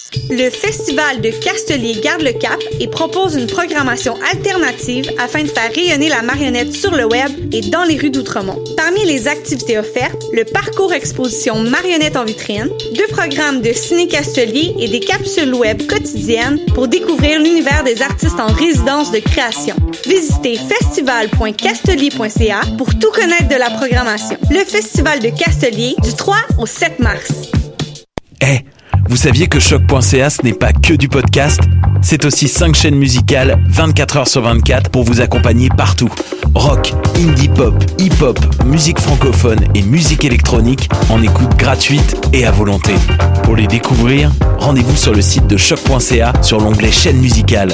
Le Festival de Castelier garde le cap et propose une programmation alternative afin de faire rayonner la marionnette sur le web et dans les rues d'Outremont. Parmi les activités offertes, le parcours exposition Marionnette en vitrine, 2 programmes de ciné-Castelier et des capsules web quotidiennes pour découvrir l'univers des artistes en résidence de création. Visitez festival.castelier.ca pour tout connaître de la programmation. Le Festival de Castelier du 3 au 7 mars. Hey, vous saviez que choc.ca ce n'est pas que du podcast? C'est aussi 5 chaînes musicales 24 heures sur 24 pour vous accompagner partout. Rock, indie pop, hip-hop, musique francophone et musique électronique en écoute gratuite et à volonté. Pour les découvrir, rendez-vous sur le site de choc.ca sur l'onglet chaîne musicale.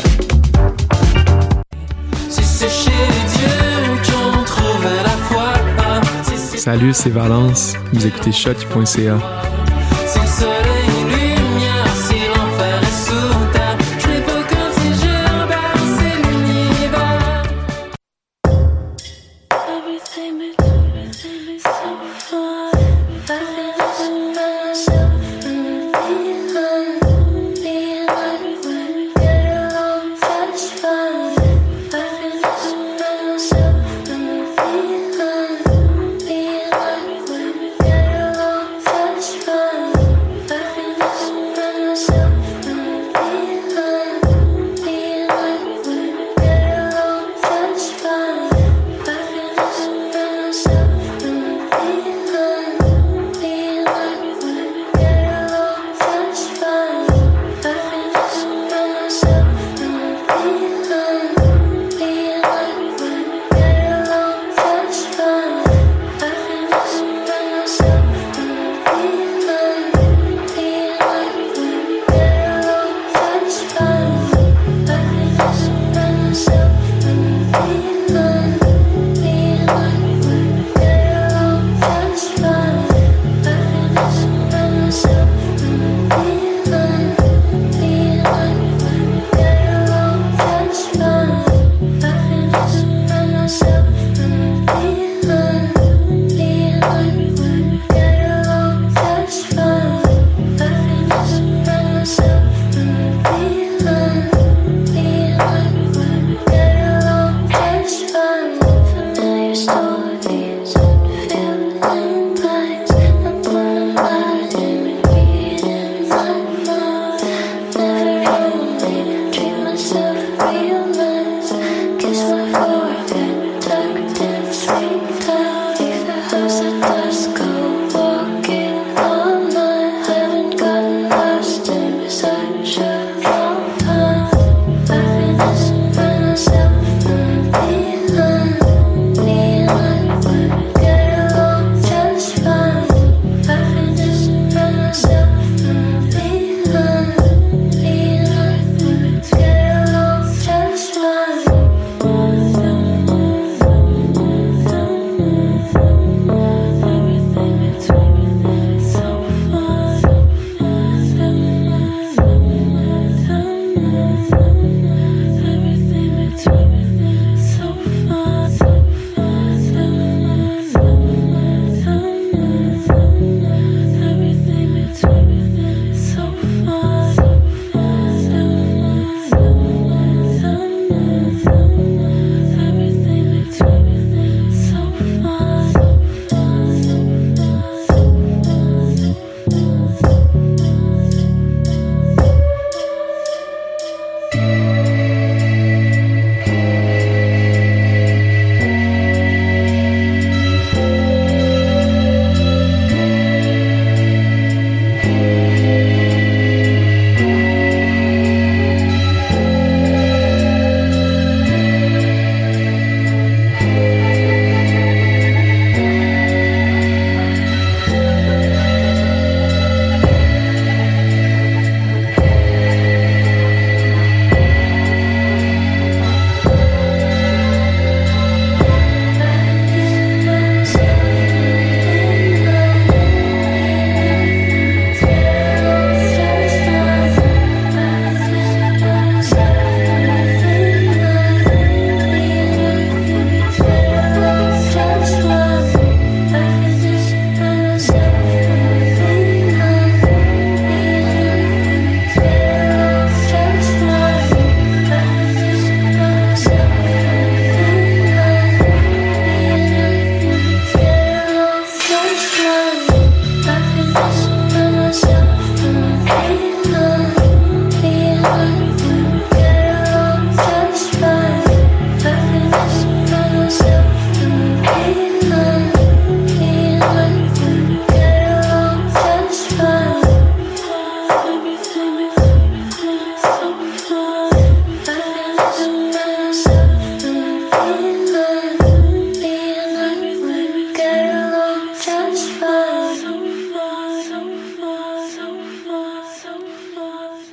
Salut, c'est Valence. Vous écoutez choc.ca.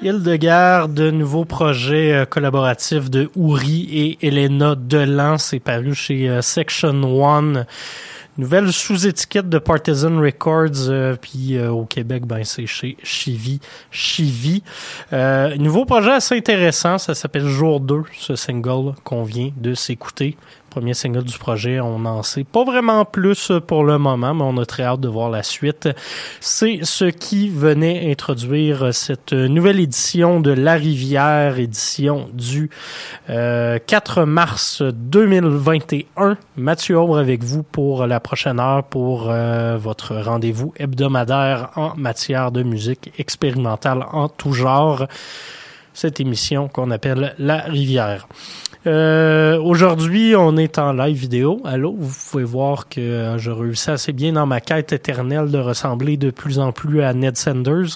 Hildegarde, nouveau projet collaboratif de Ouri et Elena Delan, c'est paru chez Section 1. Nouvelle sous-étiquette de Partisan Records, puis au Québec, ben c'est chez Chivy. Nouveau projet assez intéressant, ça s'appelle Jour 2, ce single qu'on vient de s'écouter. Premier single du projet, on n'en sait pas vraiment plus pour le moment, mais on a très hâte de voir la suite. C'est ce qui venait introduire cette nouvelle édition de La Rivière, édition du 4 mars 2021. Mathieu Aubre avec vous pour la prochaine heure pour votre rendez-vous hebdomadaire en matière de musique expérimentale en tout genre. Cette émission qu'on appelle La Rivière. Aujourd'hui, on est en live vidéo. Allô, vous pouvez voir que je réussis assez bien dans ma quête éternelle de ressembler de plus en plus à Ned Sanders.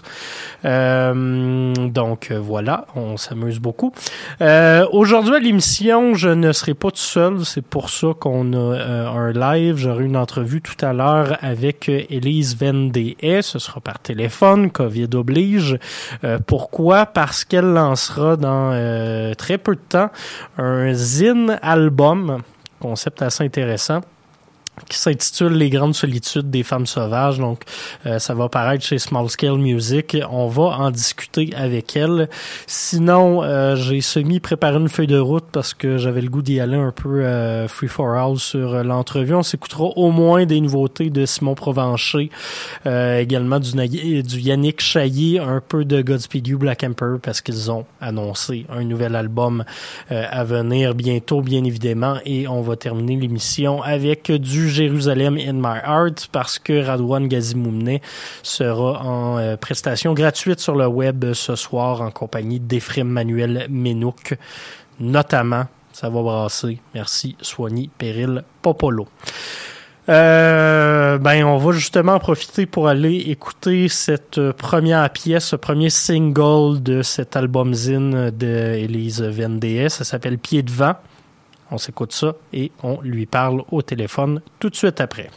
Donc voilà, on s'amuse beaucoup. Aujourd'hui à l'émission, je ne serai pas tout seul. C'est pour ça qu'on a un live. J'aurai une entrevue tout à l'heure avec Élise Vendée. Ce sera par téléphone, COVID oblige. Pourquoi? Parce qu'elle lancera dans très peu de temps un zine album, concept assez intéressant, qui s'intitule Les grandes solitudes des femmes sauvages. Donc, ça va paraître chez Small Scale Music. On va en discuter avec elle. Sinon, j'ai semi-préparé une feuille de route parce que j'avais le goût d'y aller un peu free for all sur l'entrevue. On s'écoutera au moins des nouveautés de Simon Provencher, également du Yannick Chaillet, un peu de Godspeed You Black Emperor parce qu'ils ont annoncé un nouvel album à venir bientôt, bien évidemment. Et on va terminer l'émission avec du Jérusalem in My Heart parce que Radwan Gazimoumne sera en prestation gratuite sur le web ce soir en compagnie d'Ephraim Manuel Ménouk. Notamment, ça va brasser. Merci, Soigny Péril Popolo. On va justement en profiter pour aller écouter cette première pièce, ce premier single de cet album zine de Élise Vendée. Ça s'appelle Pied de vent. On s'écoute ça et on lui parle au téléphone tout de suite après.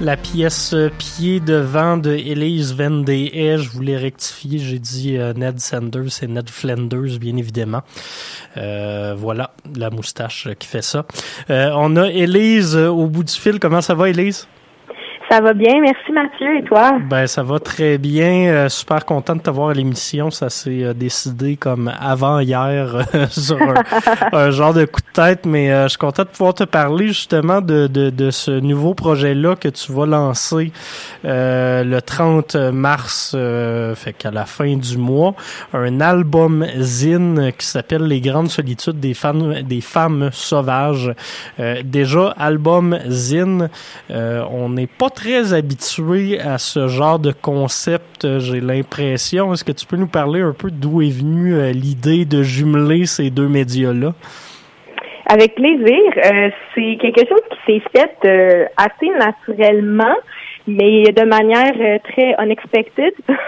La pièce Pied devant de Elise Vendée. Je voulais rectifier, j'ai dit Ned Sanders, c'est Ned Flanders, bien évidemment. Voilà, la moustache qui fait ça. On a Elise au bout du fil. Comment ça va, Elise? Ça va bien, merci Mathieu, et toi? Ben ça va très bien, super content de te voir à l'émission, ça s'est décidé comme avant hier sur un genre de coup de tête, mais je suis content de pouvoir te parler justement de ce nouveau projet-là que tu vas lancer le 30 mars, fait qu'à la fin du mois, un album zine qui s'appelle Les Grandes Solitudes des femmes sauvages. Déjà, album zine, on n'est pas très habitué à ce genre de concept, j'ai l'impression. Est-ce que tu peux nous parler un peu d'où est venue l'idée de jumeler ces deux médias-là? Avec plaisir. C'est quelque chose qui s'est fait assez naturellement, mais de manière très unexpected.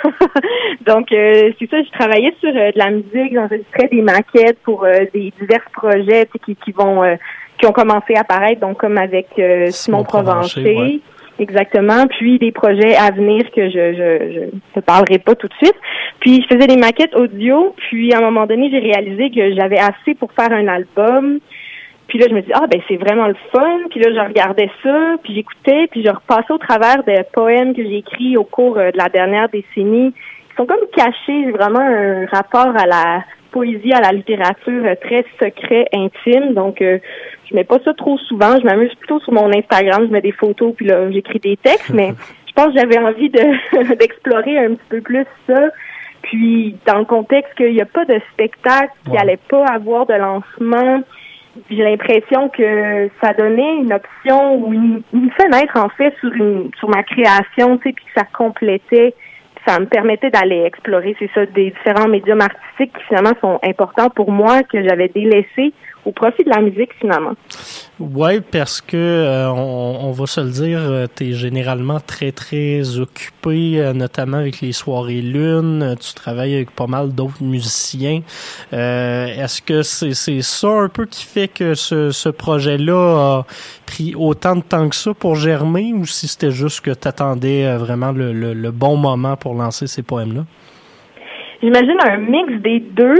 Donc, c'est ça, je travaillais sur de la musique, j'enregistrais des maquettes pour des divers projets qui ont commencé à apparaître, donc comme avec Simon Provencher. Ouais. Exactement. Puis des projets à venir que je ne parlerai pas tout de suite. Puis je faisais des maquettes audio. Puis à un moment donné, j'ai réalisé que j'avais assez pour faire un album. Puis là, je me dis c'est vraiment le fun. Puis là, je regardais ça, puis j'écoutais, puis je repassais au travers des poèmes que j'ai écrits au cours de la dernière décennie, qui sont comme cachés, vraiment un rapport à la poésie, à la littérature très secret, intime. Donc, je mets pas ça trop souvent. Je m'amuse plutôt sur mon Instagram. Je mets des photos, puis là, j'écris des textes. Mais je pense que j'avais envie d'explorer un petit peu plus ça. Puis, dans le contexte qu'il n'y a pas de spectacle, qu'il n'y allait pas avoir de lancement, j'ai l'impression que ça donnait une option ou une fenêtre, en fait, sur ma création, tu sais, puis que ça complétait. Ça me permettait d'aller explorer, c'est ça, des différents médiums artistiques qui finalement sont importants pour moi, que j'avais délaissés au profit de la musique finalement. Ouais, parce que on va se le dire, t'es généralement très très occupé, notamment avec les soirées lunes. Tu travailles avec pas mal d'autres musiciens. Est-ce que c'est ça un peu qui fait que ce projet-là a pris autant de temps que ça pour germer, ou si c'était juste que t'attendais vraiment le bon moment pour lancer ces poèmes-là? J'imagine un mix des deux.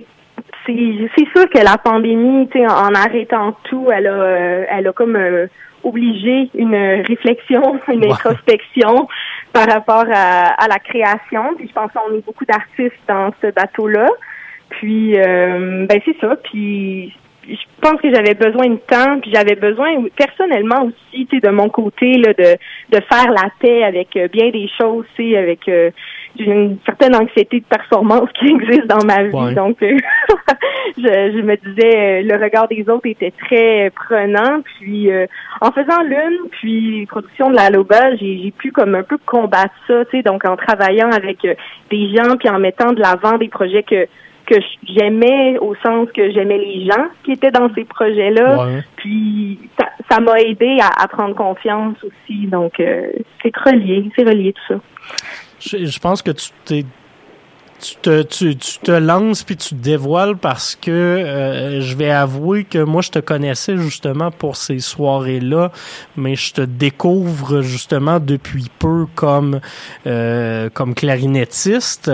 C'est sûr que la pandémie, tu sais, en arrêtant tout, elle a comme obligé une réflexion, une introspection par rapport à la création. Puis je pense qu'on est beaucoup d'artistes dans ce bateau-là. Puis c'est ça. Puis je pense que j'avais besoin de temps, puis j'avais besoin personnellement aussi, tu sais, de mon côté là, de faire la paix avec bien des choses, tu sais, avec j'ai une certaine anxiété de performance qui existe dans ma vie. Ouais. Donc, je me disais, le regard des autres était très prenant. Puis, en faisant l'une, puis production de la Loba, j'ai pu comme un peu combattre ça, tu sais, donc en travaillant avec des gens, puis en mettant de l'avant des projets que j'aimais, au sens que j'aimais les gens qui étaient dans ces projets-là. Ouais. Puis ça m'a aidé à prendre confiance aussi. Donc, c'est relié tout ça. Je pense que tu te lances puis tu te dévoiles parce que je vais avouer que moi je te connaissais justement pour ces soirées-là, mais je te découvre justement depuis peu comme clarinettiste.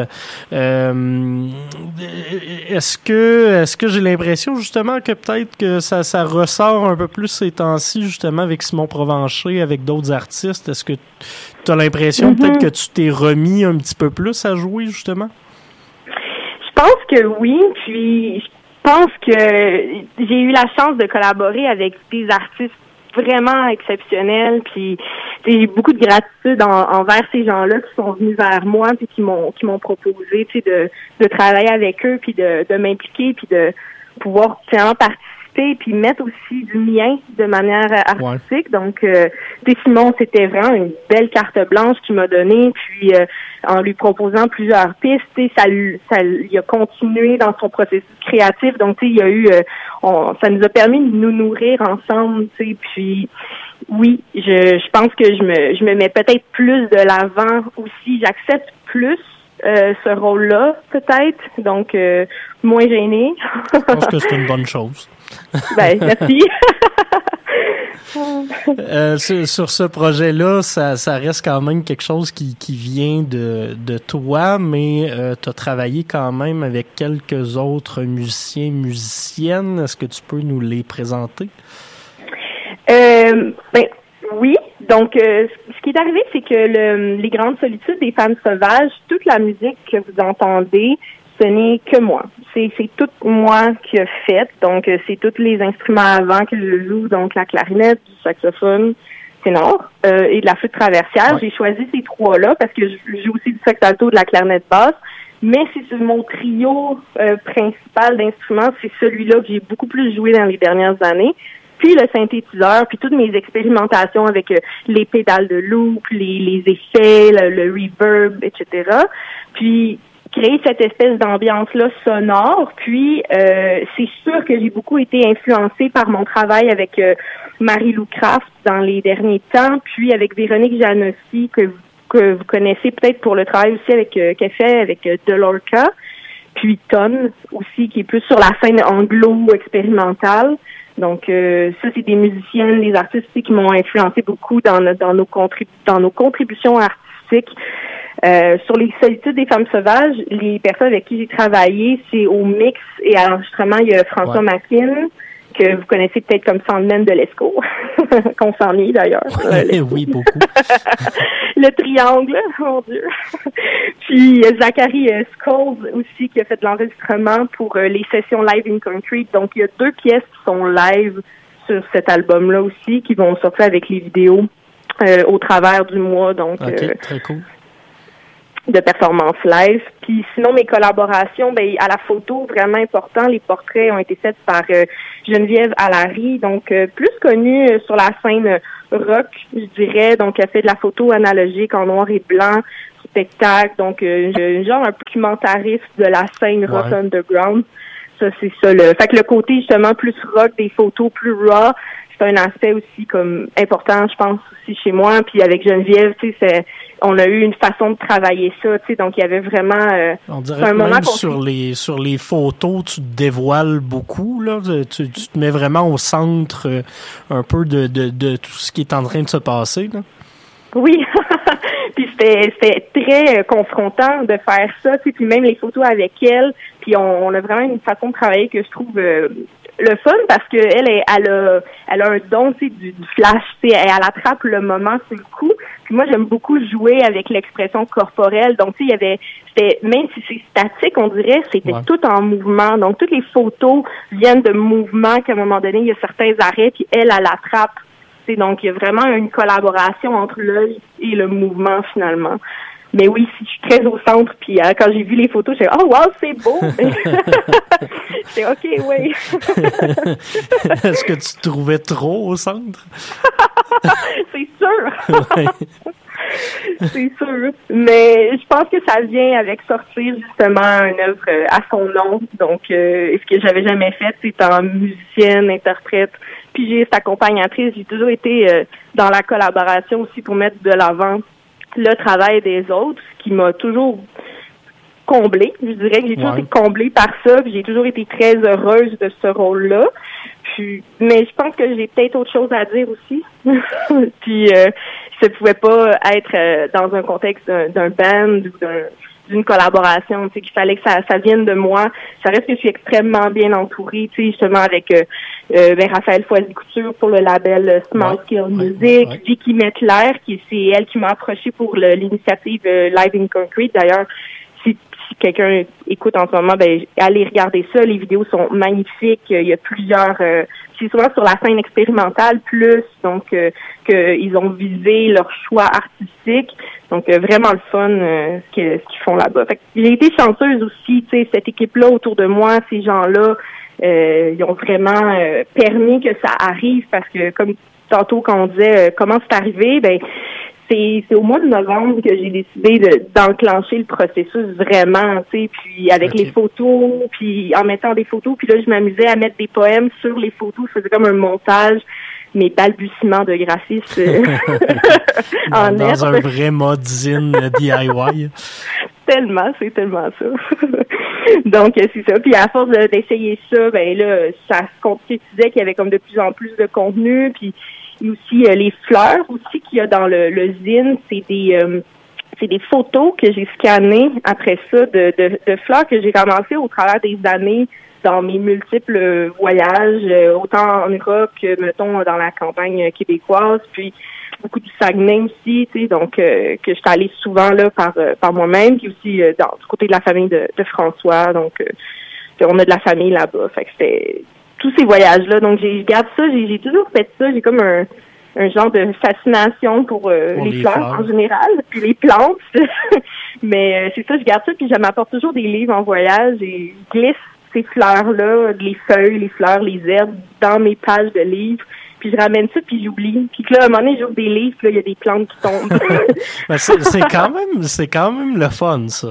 Est-ce que j'ai l'impression justement que peut-être que ça ressort un peu plus ces temps-ci justement avec Simon Provencher, avec d'autres artistes? Est-ce que tu as l'impression peut-être que tu t'es remis un petit peu plus à jouer justement? Je pense que oui, puis je pense que j'ai eu la chance de collaborer avec des artistes vraiment exceptionnels, puis j'ai beaucoup de gratitude envers ces gens-là qui sont venus vers moi puis qui m'ont proposé, tu sais, de travailler avec eux puis de m'impliquer puis de pouvoir finalement participer puis mettre aussi du mien de manière artistique. Ouais. Donc, Simon, c'était vraiment une belle carte blanche qu'il m'a donnée. Puis, en lui proposant plusieurs pistes, il a continué dans son processus créatif. Donc, il y a eu, ça nous a permis de nous nourrir ensemble. Puis, oui, je pense que je me mets peut-être plus de l'avant aussi. J'accepte plus ce rôle-là, peut-être. Donc, moins gênée. Je pense que c'est une bonne chose. Merci. Sur ce projet-là, ça reste quand même quelque chose qui vient de toi, mais tu as travaillé quand même avec quelques autres musiciennes. Est-ce que tu peux nous les présenter? Oui. Donc, ce qui est arrivé, c'est que les Grandes Solitudes des Femmes Sauvages, toute la musique que vous entendez, ce n'est que moi. C'est tout moi qui ai fait. Donc, c'est tous les instruments avant que je joue, donc la clarinette, du saxophone ténor et de la flûte traversière. Ouais. J'ai choisi ces trois-là parce que je joue aussi du sax alto, de la clarinette basse. Mais c'est mon trio principal d'instruments, c'est celui-là que j'ai beaucoup plus joué dans les dernières années. Puis le synthétiseur, puis toutes mes expérimentations avec les pédales de loop, les effets, le reverb, etc. Puis créer cette espèce d'ambiance-là sonore. Puis c'est sûr que j'ai beaucoup été influencée par mon travail avec Marie-Lou Craft dans les derniers temps, puis avec Véronique Janossi, que vous connaissez peut-être pour le travail aussi avec qu'elle fait avec Delorca, puis Ton aussi, qui est plus sur la scène anglo-expérimentale. Donc, ça, c'est des musiciennes, des artistes aussi, qui m'ont influencé beaucoup dans nos contributions artistiques. Sur les Solitudes des Femmes Sauvages, les personnes avec qui j'ai travaillé, c'est au mix et à l'enregistrement, il y a François Mackin, que vous connaissez peut-être comme Sandman de l'Esco, qu'on s'ennuie d'ailleurs. Oui, beaucoup. Le triangle, mon Dieu. Puis Zachary Scholes aussi, qui a fait de l'enregistrement pour les sessions Live in Concrete. Donc, il y a 2 pièces qui sont live sur cet album-là aussi, qui vont sortir avec les vidéos au travers du mois. Donc, très cool. De performance live. Puis sinon, mes collaborations, à la photo, vraiment important, les portraits ont été faits par Geneviève Allary, donc plus connue sur la scène rock, je dirais. Donc, elle fait de la photo analogique en noir et blanc, spectacle, donc genre un documentariste de la scène rock underground. Ça, c'est ça. Fait que le côté justement plus rock, des photos plus raw, c'est un aspect aussi comme important, je pense, aussi chez moi. Puis avec Geneviève, tu sais, on a eu une façon de travailler ça, tu sais, donc il y avait vraiment on dirait un moment sur les photos, tu te dévoiles beaucoup, là, tu te mets vraiment au centre un peu de tout ce qui est en train de se passer, là. Oui. Puis c'était très confrontant de faire ça, tu sais, puis même les photos avec elle, puis on a vraiment une façon de travailler que je trouve le fun, parce que elle a un don, tu sais, du flash, tu sais, elle attrape le moment sur le coup. Puis moi, j'aime beaucoup jouer avec l'expression corporelle. Donc, tu sais, même si c'est statique, on dirait, c'était tout en mouvement. Donc, toutes les photos viennent de mouvements qu'à un moment donné, il y a certains arrêts, puis elle attrape. Tu sais, donc, il y a vraiment une collaboration entre l'œil et le mouvement, finalement. Mais oui, je suis très au centre, puis quand j'ai vu les photos, j'ai dit « Oh, wow, c'est beau! » J'ai dit « OK, oui. » Est-ce que tu te trouvais trop au centre? C'est sûr! C'est sûr. Mais je pense que ça vient avec sortir justement une œuvre à son nom. Donc, ce que j'avais jamais fait, c'est en musicienne, interprète, pigiste, accompagnatrice. J'ai toujours été dans la collaboration aussi pour mettre de l'avant le travail des autres, ce qui m'a toujours comblée. Je dirais que j'ai toujours été comblée par ça, puis j'ai toujours été très heureuse de ce rôle-là. Mais je pense que j'ai peut-être autre chose à dire aussi. Puis ça pouvait pas être dans un contexte d'un band ou d'une collaboration, tu sais, qu'il fallait que ça vienne de moi. Ça reste que je suis extrêmement bien entourée, tu sais, justement avec Raphaël Foisy-Couture pour le label Small Scale Music, Vicky Mettler, c'est elle qui m'a approché pour l'initiative Live in Concrete. D'ailleurs, si quelqu'un écoute en ce moment, allez regarder ça. Les vidéos sont magnifiques. Il y a plusieurs... c'est souvent sur la scène expérimentale plus, donc qu'ils ont visé leur choix artistique. Donc, vraiment le fun ce qu'ils font là-bas. Fait que j'ai été chanceuse aussi, tu sais, cette équipe-là autour de moi, ces gens-là, ils ont vraiment permis que ça arrive, parce que comme tantôt quand on disait comment c'est arrivé, c'est au mois de novembre que j'ai décidé d'enclencher le processus vraiment, tu sais, puis avec les photos, puis en mettant des photos, puis là, je m'amusais à mettre des poèmes sur les photos. Je faisais comme un montage, mes balbutiements de graphiste dans un vrai mode zine DIY. Tellement, c'est tellement ça. Donc, c'est ça. Puis à force d'essayer ça, ben là, ça se concrétisait qu'il y avait comme de plus en plus de contenu. Puis aussi les fleurs aussi qu'il y a dans le zine, c'est des photos que j'ai scannées après ça de fleurs que j'ai ramassées au travers des années dans mes multiples voyages, autant en Europe que, mettons, dans la campagne québécoise, puis beaucoup du Saguenay aussi, tu sais, donc que je suis allée souvent là par moi-même, puis aussi du côté de la famille de François, donc on a de la famille là-bas. Fait que c'était tous ces voyages-là. Donc je garde ça, j'ai toujours fait ça, j'ai comme un genre de fascination pour les fleurs en général, puis les plantes. Mais c'est ça, je garde ça, puis je m'apporte toujours des livres en voyage et je glisse ces fleurs-là, les feuilles, les fleurs, les herbes, dans mes pages de livres. Puis je ramène ça, puis j'oublie. Puis que là, à un moment donné, j'ouvre des livres, puis là, il y a des plantes qui tombent. Ben, c'est quand même le fun, ça.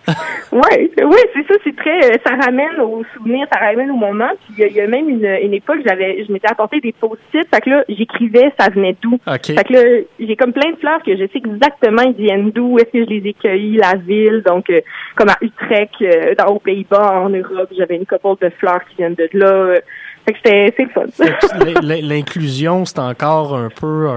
Oui, c'est ça, c'est très, ça ramène aux souvenirs, ça ramène au moment. Puis il y a même une époque, je m'étais apporté des post-it, fait que là, j'écrivais, ça venait d'où. Okay. Fait que là, j'ai comme plein de fleurs que je sais exactement ils viennent d'où, est-ce que je les ai cueillies, la ville, donc comme à Utrecht, aux Pays-Bas, en Europe, j'avais une couple de fleurs qui viennent de là. Fait que c'est le fun. L'inclusion, c'est encore un peu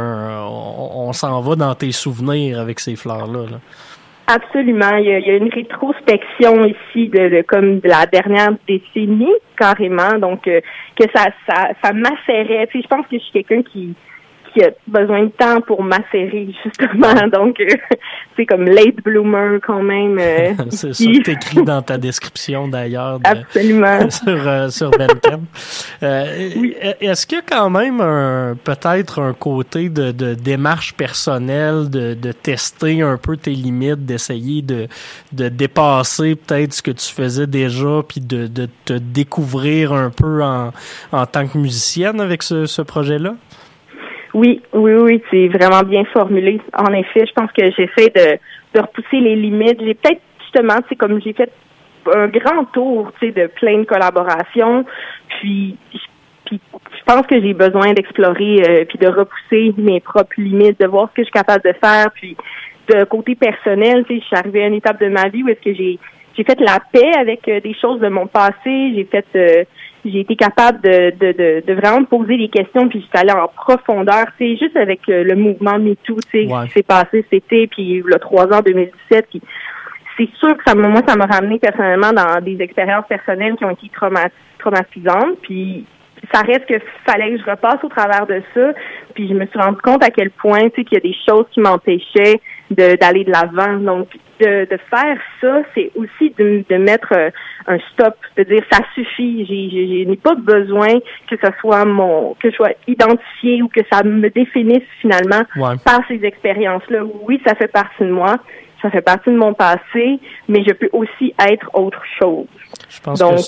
on s'en va dans tes souvenirs avec ces fleurs-là. Là. Absolument. Il y a une rétrospection ici comme de la dernière décennie, carrément. Donc, que ça macérait. Tu sais, je pense que je suis quelqu'un qui a besoin de temps pour macérer, justement. Donc, c'est comme late bloomer quand même. C'est ça que t'écris dans ta description, d'ailleurs. Absolument. sur Bandcamp. Oui. Est-ce qu'il y a quand même peut-être un côté de démarche personnelle, de tester un peu tes limites, d'essayer de dépasser peut-être ce que tu faisais déjà, puis de te découvrir un peu en tant que musicienne avec ce projet-là? Oui, c'est vraiment bien formulé. En effet, je pense que j'essaie de repousser les limites. J'ai peut-être justement, c'est comme j'ai fait un grand tour, tu sais, de plein de collaborations. Puis je pense que j'ai besoin d'explorer puis de repousser mes propres limites, de voir ce que je suis capable de faire. Puis de côté personnel, tu sais, je suis arrivée à une étape de ma vie où est-ce que j'ai fait la paix avec des choses de mon passé. J'ai été capable de vraiment me poser des questions, puis j'étais allée en profondeur, tu sais, juste avec le mouvement MeToo, tu sais, qui s'est passé cet été, puis le 3 ans 2017, puis c'est sûr que ça m'a ramené personnellement dans des expériences personnelles qui ont été traumatisantes, puis ça reste que fallait que je repasse au travers de ça, puis je me suis rendu compte à quel point, tu sais, qu'il y a des choses qui m'empêchaient d'aller de l'avant. Donc, de faire ça, c'est aussi de mettre un stop, de dire ça suffit. Je n'ai pas besoin que ça soit que je sois identifiée ou que ça me définisse finalement par ces expériences-là. Oui, ça fait partie de moi, ça fait partie de mon passé, mais je peux aussi être autre chose. Je pense que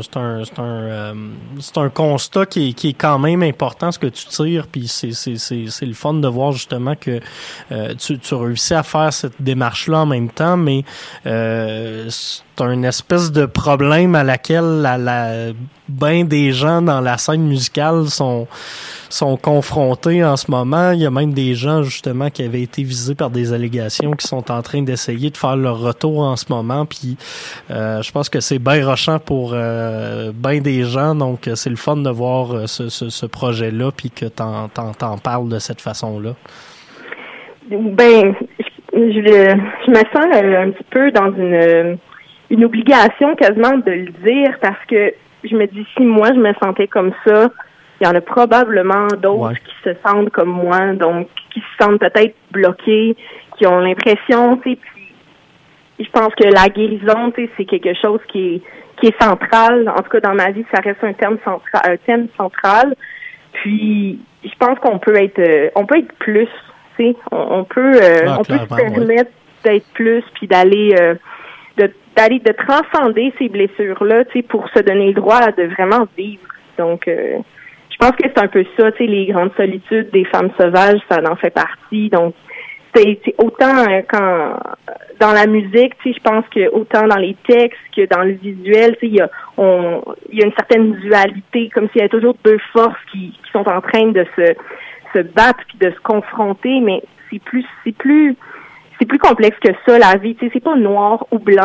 c'est un constat qui est quand même important, ce que tu tires, puis c'est le fun de voir justement que tu réussis à faire cette démarche-là en même temps, mais c'est un espèce de problème à laquelle ben des gens dans la scène musicale sont confrontés en ce moment. Il y a même des gens justement qui avaient été visés par des allégations qui sont en train d'essayer de faire leur retour en ce moment, puis je pense que c'est bien rochant pour bien des gens, donc c'est le fun de voir ce projet-là, puis que t'en parles de cette façon-là. Ben, je me sens un petit peu dans une obligation quasiment de le dire, parce que je me dis, si moi je me sentais comme ça, il y en a probablement d'autres qui se sentent comme moi, donc qui se sentent peut-être bloqués, qui ont l'impression, tu sais, puis je pense que la guérison, tu sais, c'est quelque chose qui est central. En tout cas, dans ma vie, ça reste un thème central. Puis, je pense qu'on peut être plus, tu sais, on peut se permettre d'être plus, puis d'aller de transcender ces blessures-là, tu sais, pour se donner le droit de vraiment vivre. Donc, je pense que c'est un peu ça, tu sais, les grandes solitudes des femmes sauvages, ça en fait partie. Donc, c'est autant quand dans la musique, tu sais, je pense que autant dans les textes que dans le visuel, tu sais, il y a une certaine dualité, comme s'il y avait toujours deux forces qui sont en train de se battre puis de se confronter, mais c'est plus complexe que ça, la vie, tu sais, c'est pas noir ou blanc.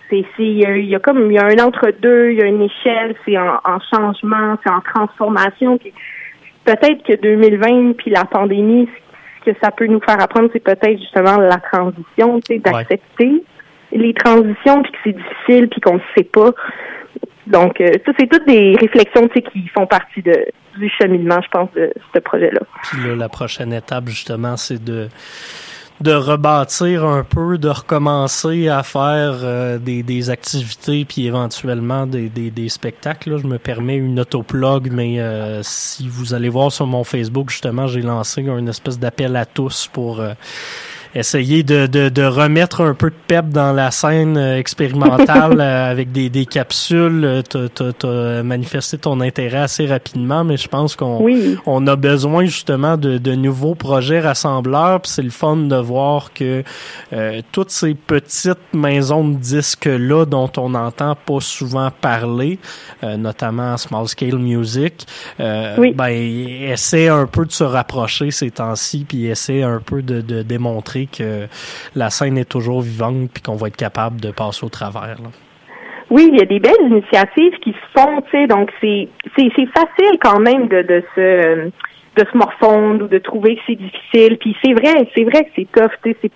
il y a un entre-deux, il y a une échelle, c'est en changement, c'est en transformation. Puis peut-être que 2020 puis la pandémie, ce que ça peut nous faire apprendre, c'est peut-être justement la transition, tu sais, d'accepter les transitions, puis que c'est difficile, puis qu'on ne sait pas. Donc, ça, c'est toutes des réflexions, tu sais, qui font partie du cheminement, je pense, de ce projet-là. Puis là, la prochaine étape, justement, c'est de rebâtir un peu, de recommencer à faire des activités puis éventuellement des spectacles. Là, je me permets une autoplug, mais si vous allez voir sur mon Facebook, justement, j'ai lancé une espèce d'appel à tous pour essayer de remettre un peu de pep dans la scène expérimentale avec des capsules. T'as manifesté ton intérêt assez rapidement, mais je pense qu'on a besoin justement de nouveaux projets rassembleurs. Puis c'est le fun de voir que toutes ces petites maisons de disques-là dont on n'entend pas souvent parler, notamment Small Scale Music, ben essaient un peu de se rapprocher ces temps-ci, puis essaient un peu de démontrer que la scène est toujours vivante puis qu'on va être capable de passer au travers. Là. Oui, il y a des belles initiatives qui se font, tu sais, donc c'est facile quand même de se morfondre ou de trouver que c'est difficile. Puis c'est vrai que c'est tough, tu sais,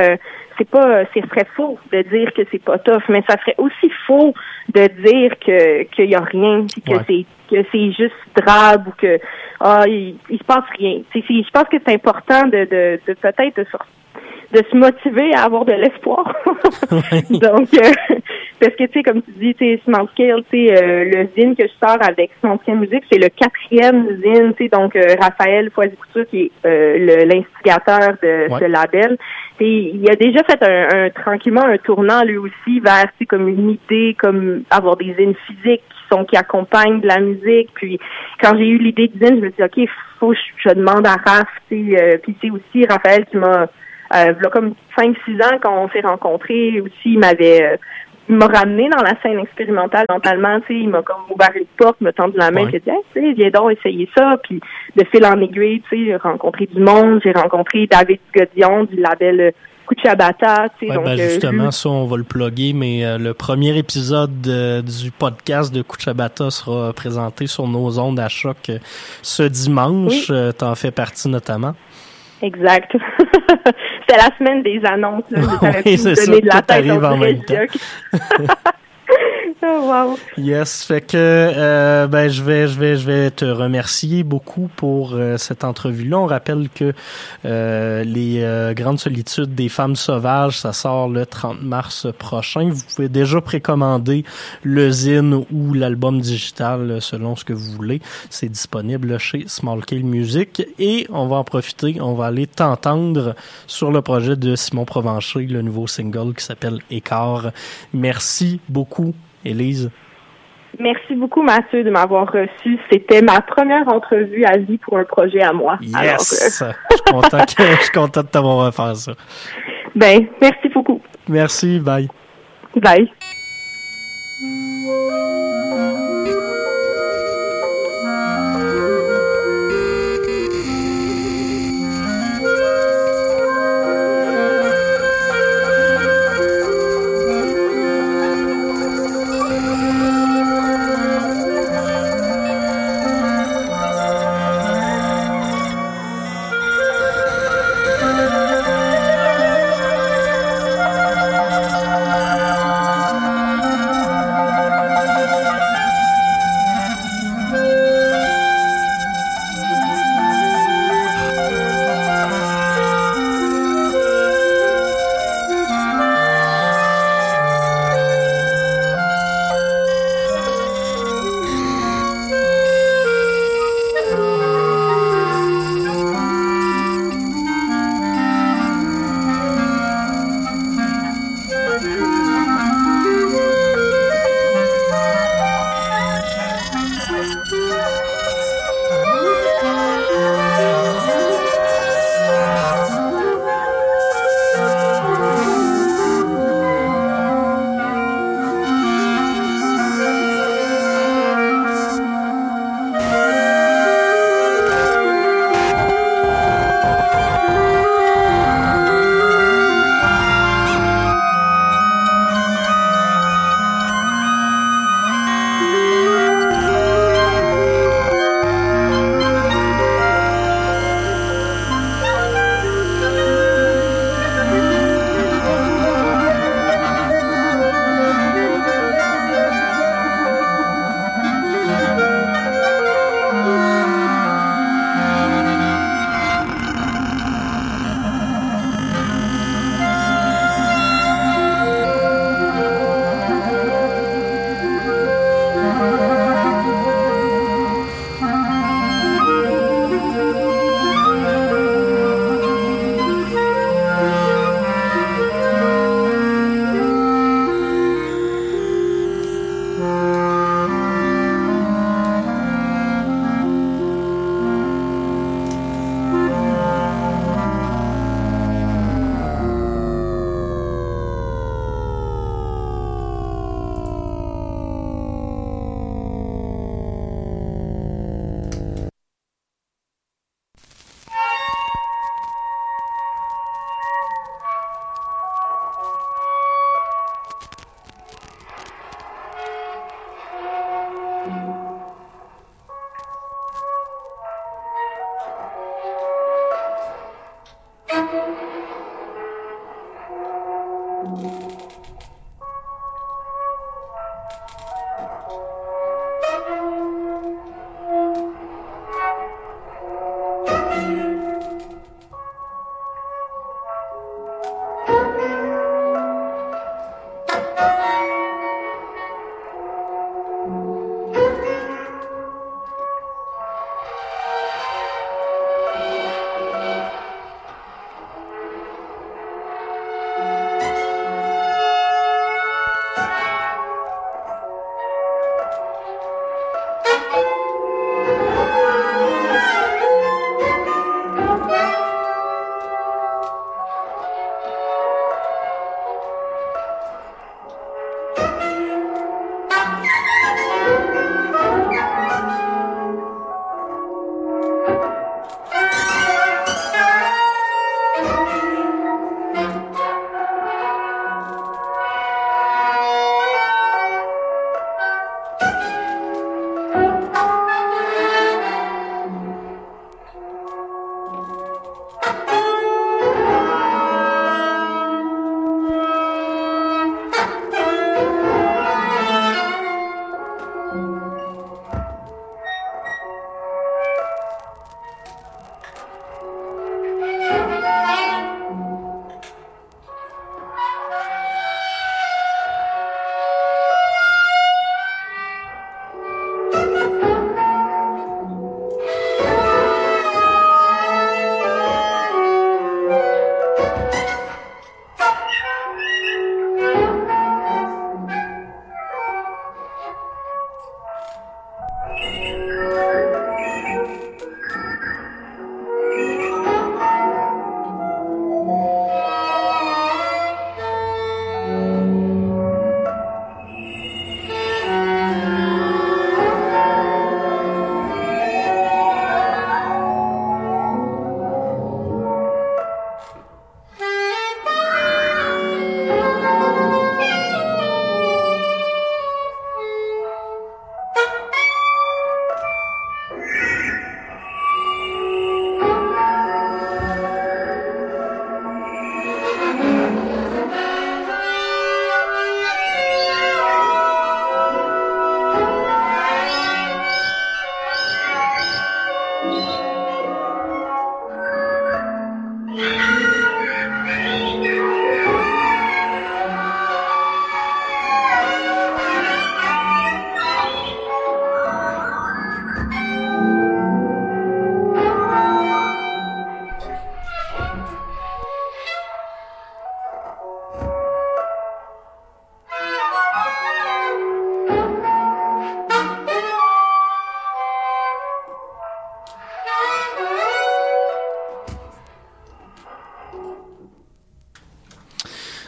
ce serait faux de dire que c'est pas tough, mais ça serait aussi faux de dire qu'il y a rien, puis que c'est juste drabe ou que il se passe rien. Je pense que c'est important de peut-être de se motiver à avoir de l'espoir. Donc, parce que, tu sais, comme tu dis, tu sais, Small Scale, tu sais, le zine que je sors avec Small Scale Music, c'est le 4e zine, tu sais, donc Raphaël Foisy-Couture, qui est l'instigateur de ce label, il a déjà fait tranquillement un tournant, lui aussi, vers, tu sais, comme une idée, comme avoir des zines physiques qui accompagnent de la musique. Puis, quand j'ai eu l'idée de zine, je me suis dit, OK, faut que je demande à Raph, tu sais, puis c'est aussi Raphaël qui m'a là, comme 5-6 ans, quand on s'est rencontrés aussi, il m'a ramené dans la scène expérimentale mentalement, tu sais, il m'a comme ouvert une porte, me tendu la main, j'ai dit, tu sais, viens donc essayer ça, puis de fil en aiguille, tu sais, j'ai rencontré du monde, j'ai rencontré David Godion du label Kuchabata, tu sais, donc justement, ça, on va le plugger, mais le premier épisode du podcast de Kuchabata sera présenté sur nos ondes à Choc ce dimanche, t'en fais partie notamment. Exact. C'était la semaine des annonces. Là. Oui, c'est ça. De la tout arrive en même temps. Oh, wow. Yes, fait que je vais te remercier beaucoup pour cette entrevue-là. On rappelle que les Grandes Solitudes des Femmes Sauvages, ça sort le 30 mars prochain. Vous pouvez déjà précommander le zine ou l'album digital selon ce que vous voulez. C'est disponible chez Small Scale Music et on va en profiter. On va aller t'entendre sur le projet de Simon Provencher, le nouveau single qui s'appelle Écart. Merci beaucoup, Élise. Merci beaucoup, Mathieu, de m'avoir reçu. C'était ma première entrevue à vie pour un projet à moi. Yes! Alors, je suis content de t'avoir fait ça. Ben, merci beaucoup. Merci, bye. Bye.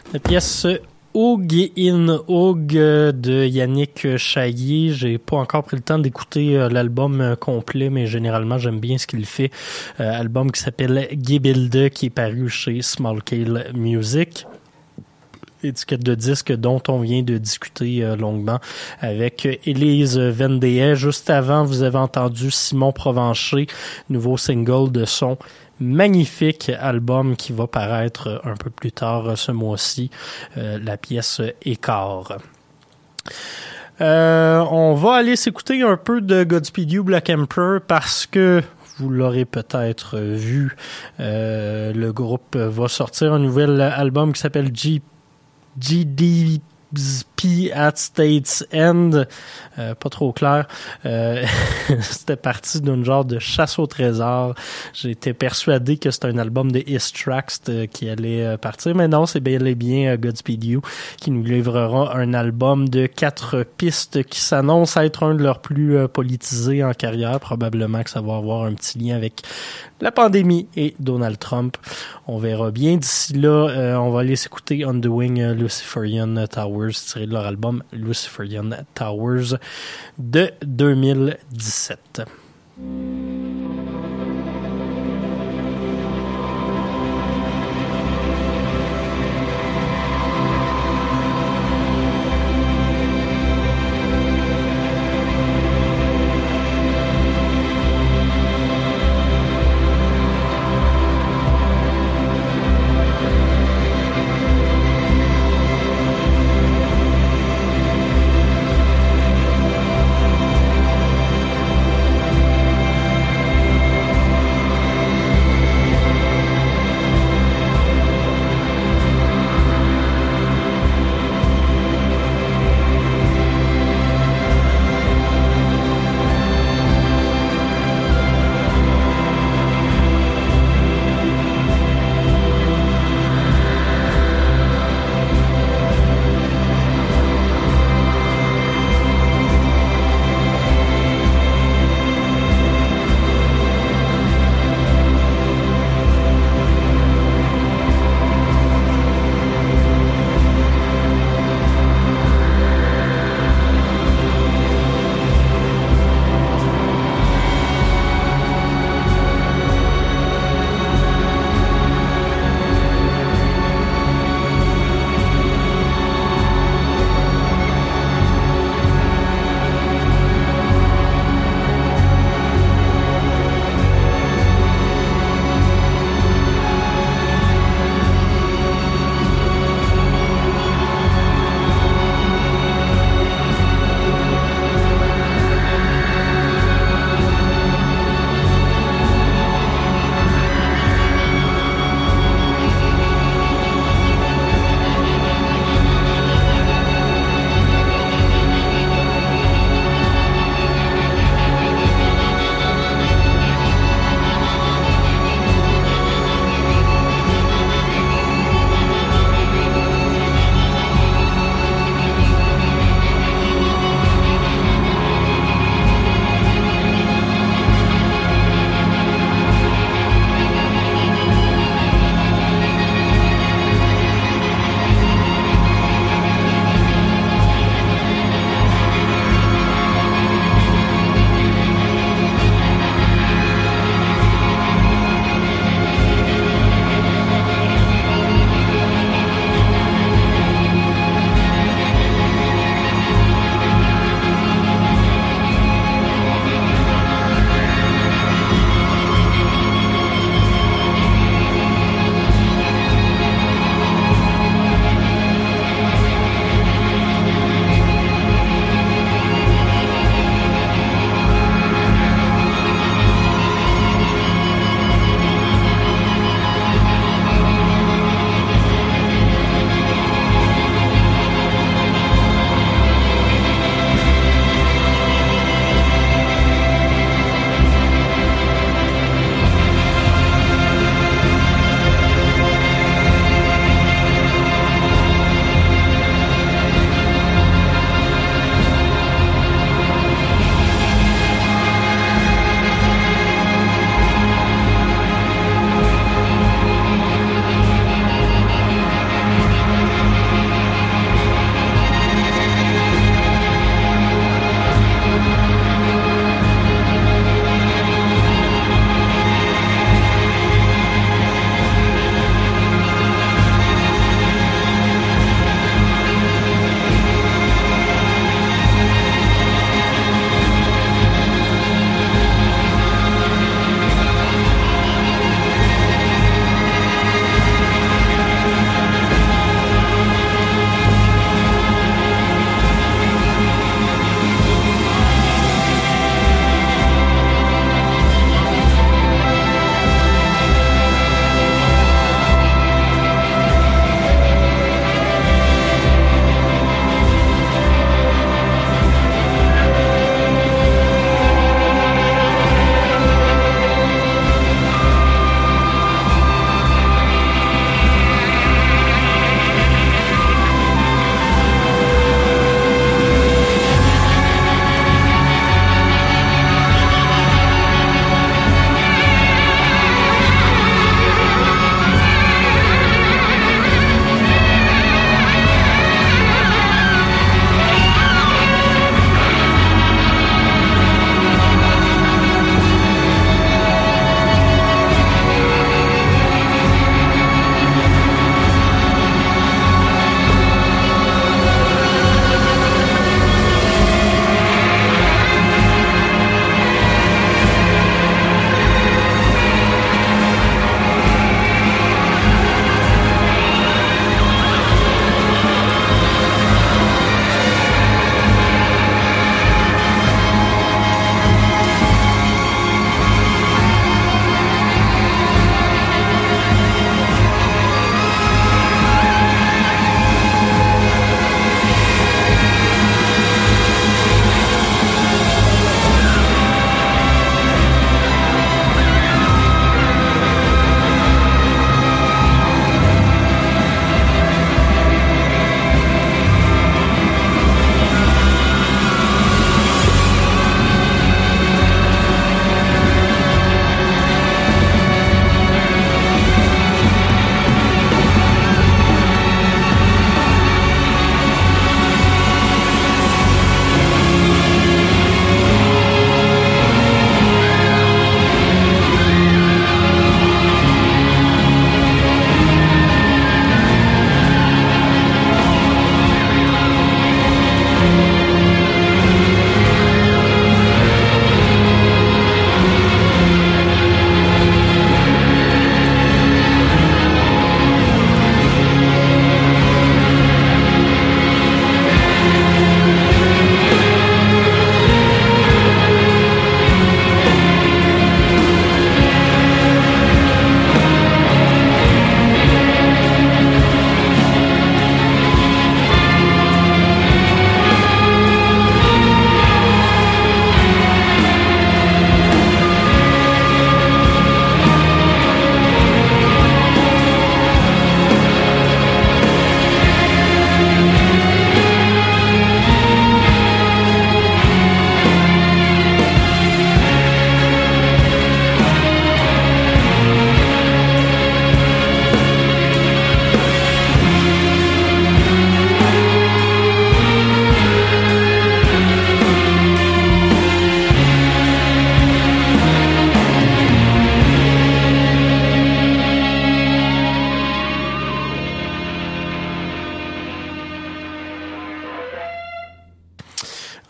La pièce Oog in Oog de Yannick Chailly. J'ai pas encore pris le temps d'écouter l'album complet, mais généralement j'aime bien ce qu'il fait. Album qui s'appelle Gebilde, qui est paru chez Small Scale Music. Étiquette de disque dont on vient de discuter longuement avec Élise Vendée. Juste avant, vous avez entendu Simon Provencher, nouveau single de son magnifique album qui va paraître un peu plus tard ce mois-ci, la pièce Écart. On va aller s'écouter un peu de Godspeed You Black Emperor parce que vous l'aurez peut-être vu, le groupe va sortir un nouvel album qui s'appelle GDP at State's End, pas trop clair. C'était parti d'un genre de chasse au trésor. J'étais persuadé que c'était un album de East Tracks qui allait partir, mais non, c'est bel et bien Godspeed You qui nous livrera un album de 4 pistes qui s'annonce être un de leurs plus politisés en carrière. Probablement que ça va avoir un petit lien avec la pandémie et Donald Trump. On verra bien. D'ici là, on va aller s'écouter On the Wing Luciferian Towers, tiré de leur album Luciferian Towers de 2017.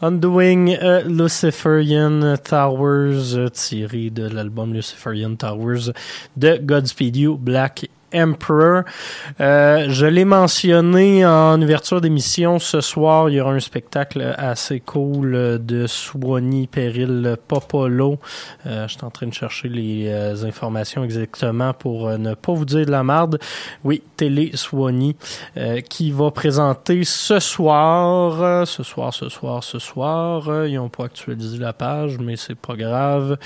Undoing Luciferian Towers, tiré de l'album Luciferian Towers de Godspeed You, Black Emperor. Je l'ai mentionné en ouverture d'émission. Ce soir, il y aura un spectacle assez cool de Suoni Peril Popolo. Je suis en train de chercher les informations exactement pour ne pas vous dire de la merde. Oui, Télé Suoni qui va présenter ce soir. Ils n'ont pas actualisé la page, mais c'est pas grave.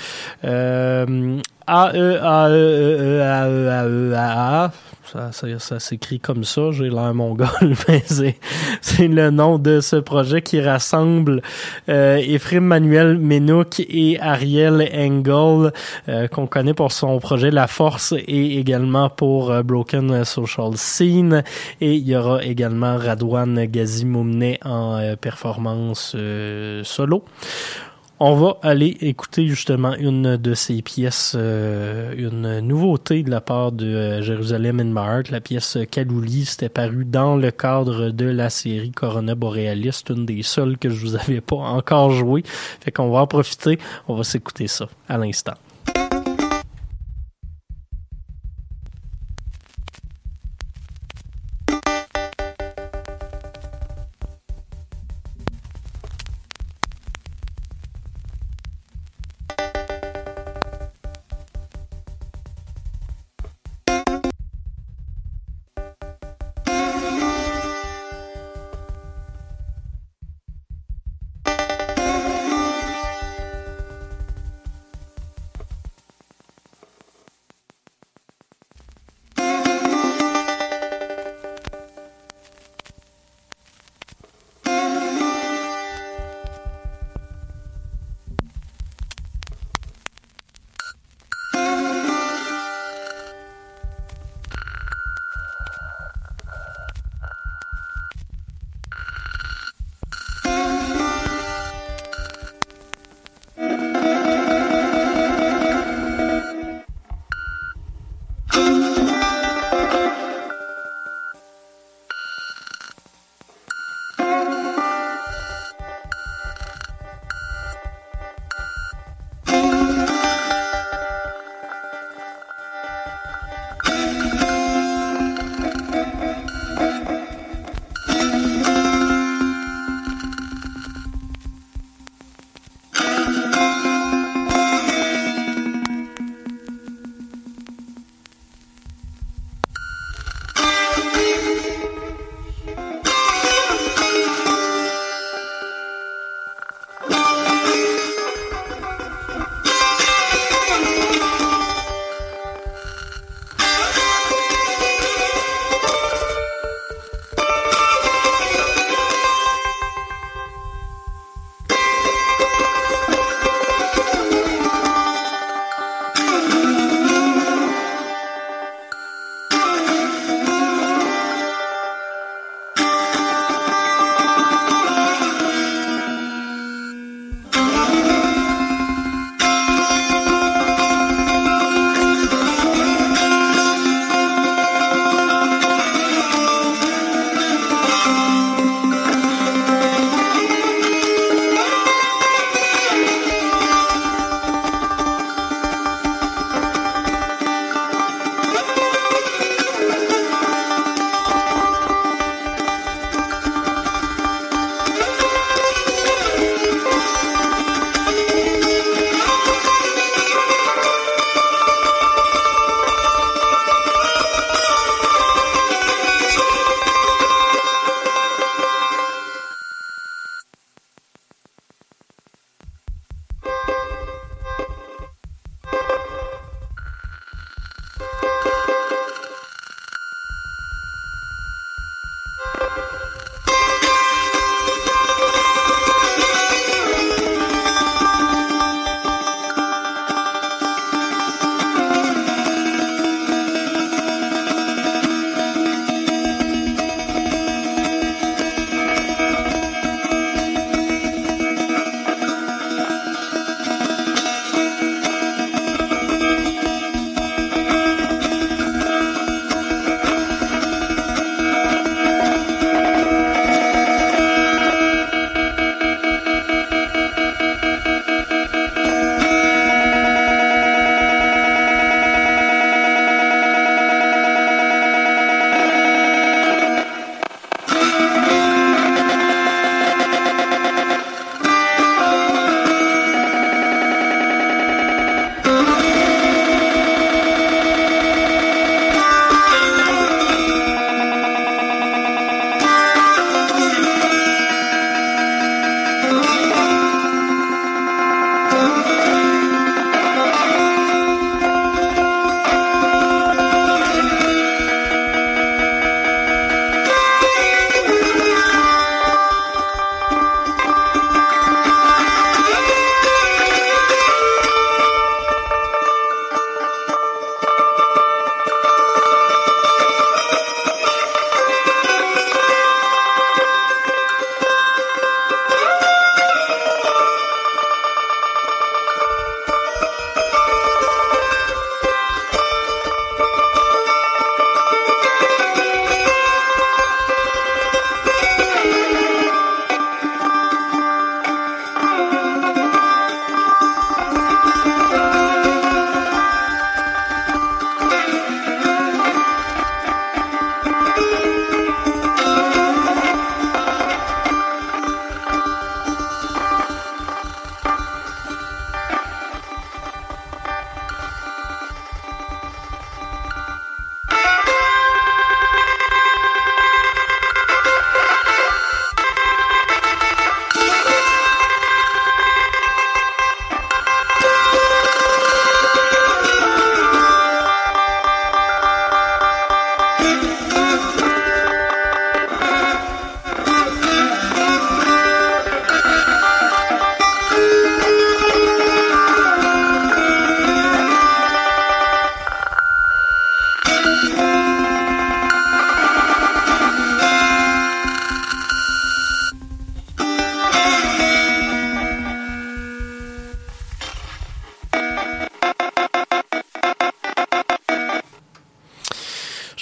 Ça s'écrit comme ça, j'ai l'air mongol, mais c'est le nom de ce projet qui rassemble Ephraim Manuel Menouk et Ariel Engel, qu'on connaît pour son projet La Force et également pour Broken Social Scene. Et il y aura également Radwan Gazimoumne en performance solo. On va aller écouter justement une de ces pièces, une nouveauté de la part de Jérusalem in My Heart, la pièce Kalouli. C'était paru dans le cadre de la série Corona Borealis, une des seules que je vous avais pas encore joué. Fait qu'on va en profiter, on va s'écouter ça à l'instant.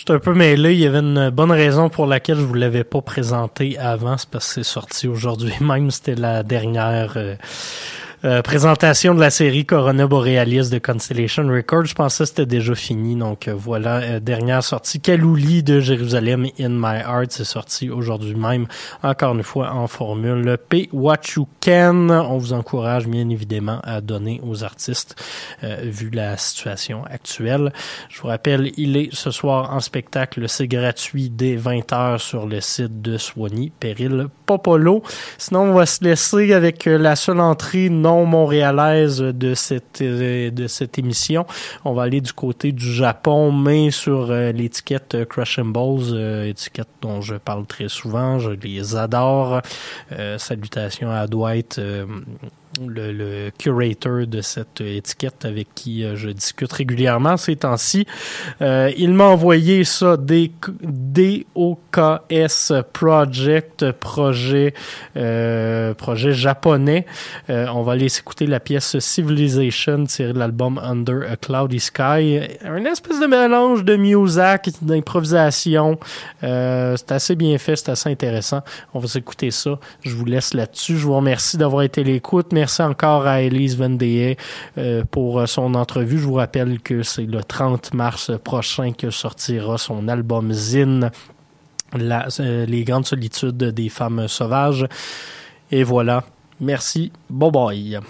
suis un peu mêlé. Il y avait une bonne raison pour laquelle je vous l'avais pas présenté avant. C'est parce que c'est sorti aujourd'hui même. C'était la dernière présentation de la série Corona Borealis de Constellation Records. Je pensais que c'était déjà fini. Donc voilà, dernière sortie. Kalouli de Jérusalem in My Heart. C'est sorti aujourd'hui même. Encore une fois en formule. Pay What You Can. On vous encourage bien évidemment à donner aux artistes vu la situation actuelle. Je vous rappelle, il est ce soir en spectacle. C'est gratuit dès 20h sur le site de Swanee, Péril Popolo. Sinon, on va se laisser avec la seule entrée non montréalaise de cette émission. On va aller du côté du Japon, mais sur l'étiquette Crush and Balls, étiquette dont je parle très souvent. Je les adore. Salutations à Dwight, le curator de cette étiquette avec qui je discute régulièrement ces temps-ci. Il m'a envoyé ça DOKS Project, projet japonais. On va aller s'écouter la pièce Civilization tirée de l'album Under a Cloudy Sky. Un espèce de mélange de musique, d'improvisation. C'est assez bien fait, c'est assez intéressant. On va s'écouter ça. Je vous laisse là-dessus. Je vous remercie d'avoir été à l'écoute. Merci encore à Elise Vendée pour son entrevue. Je vous rappelle que c'est le 30 mars prochain que sortira son album Zine, Les grandes solitudes des femmes sauvages. Et voilà. Merci. Bye bye.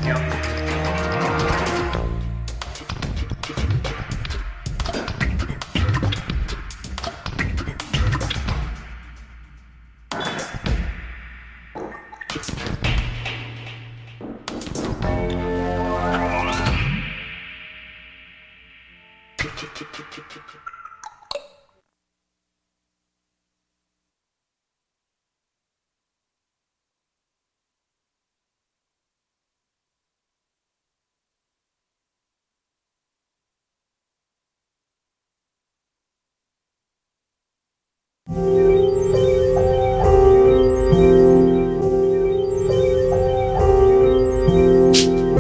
Tick, tick, tick, tick, tick, tick.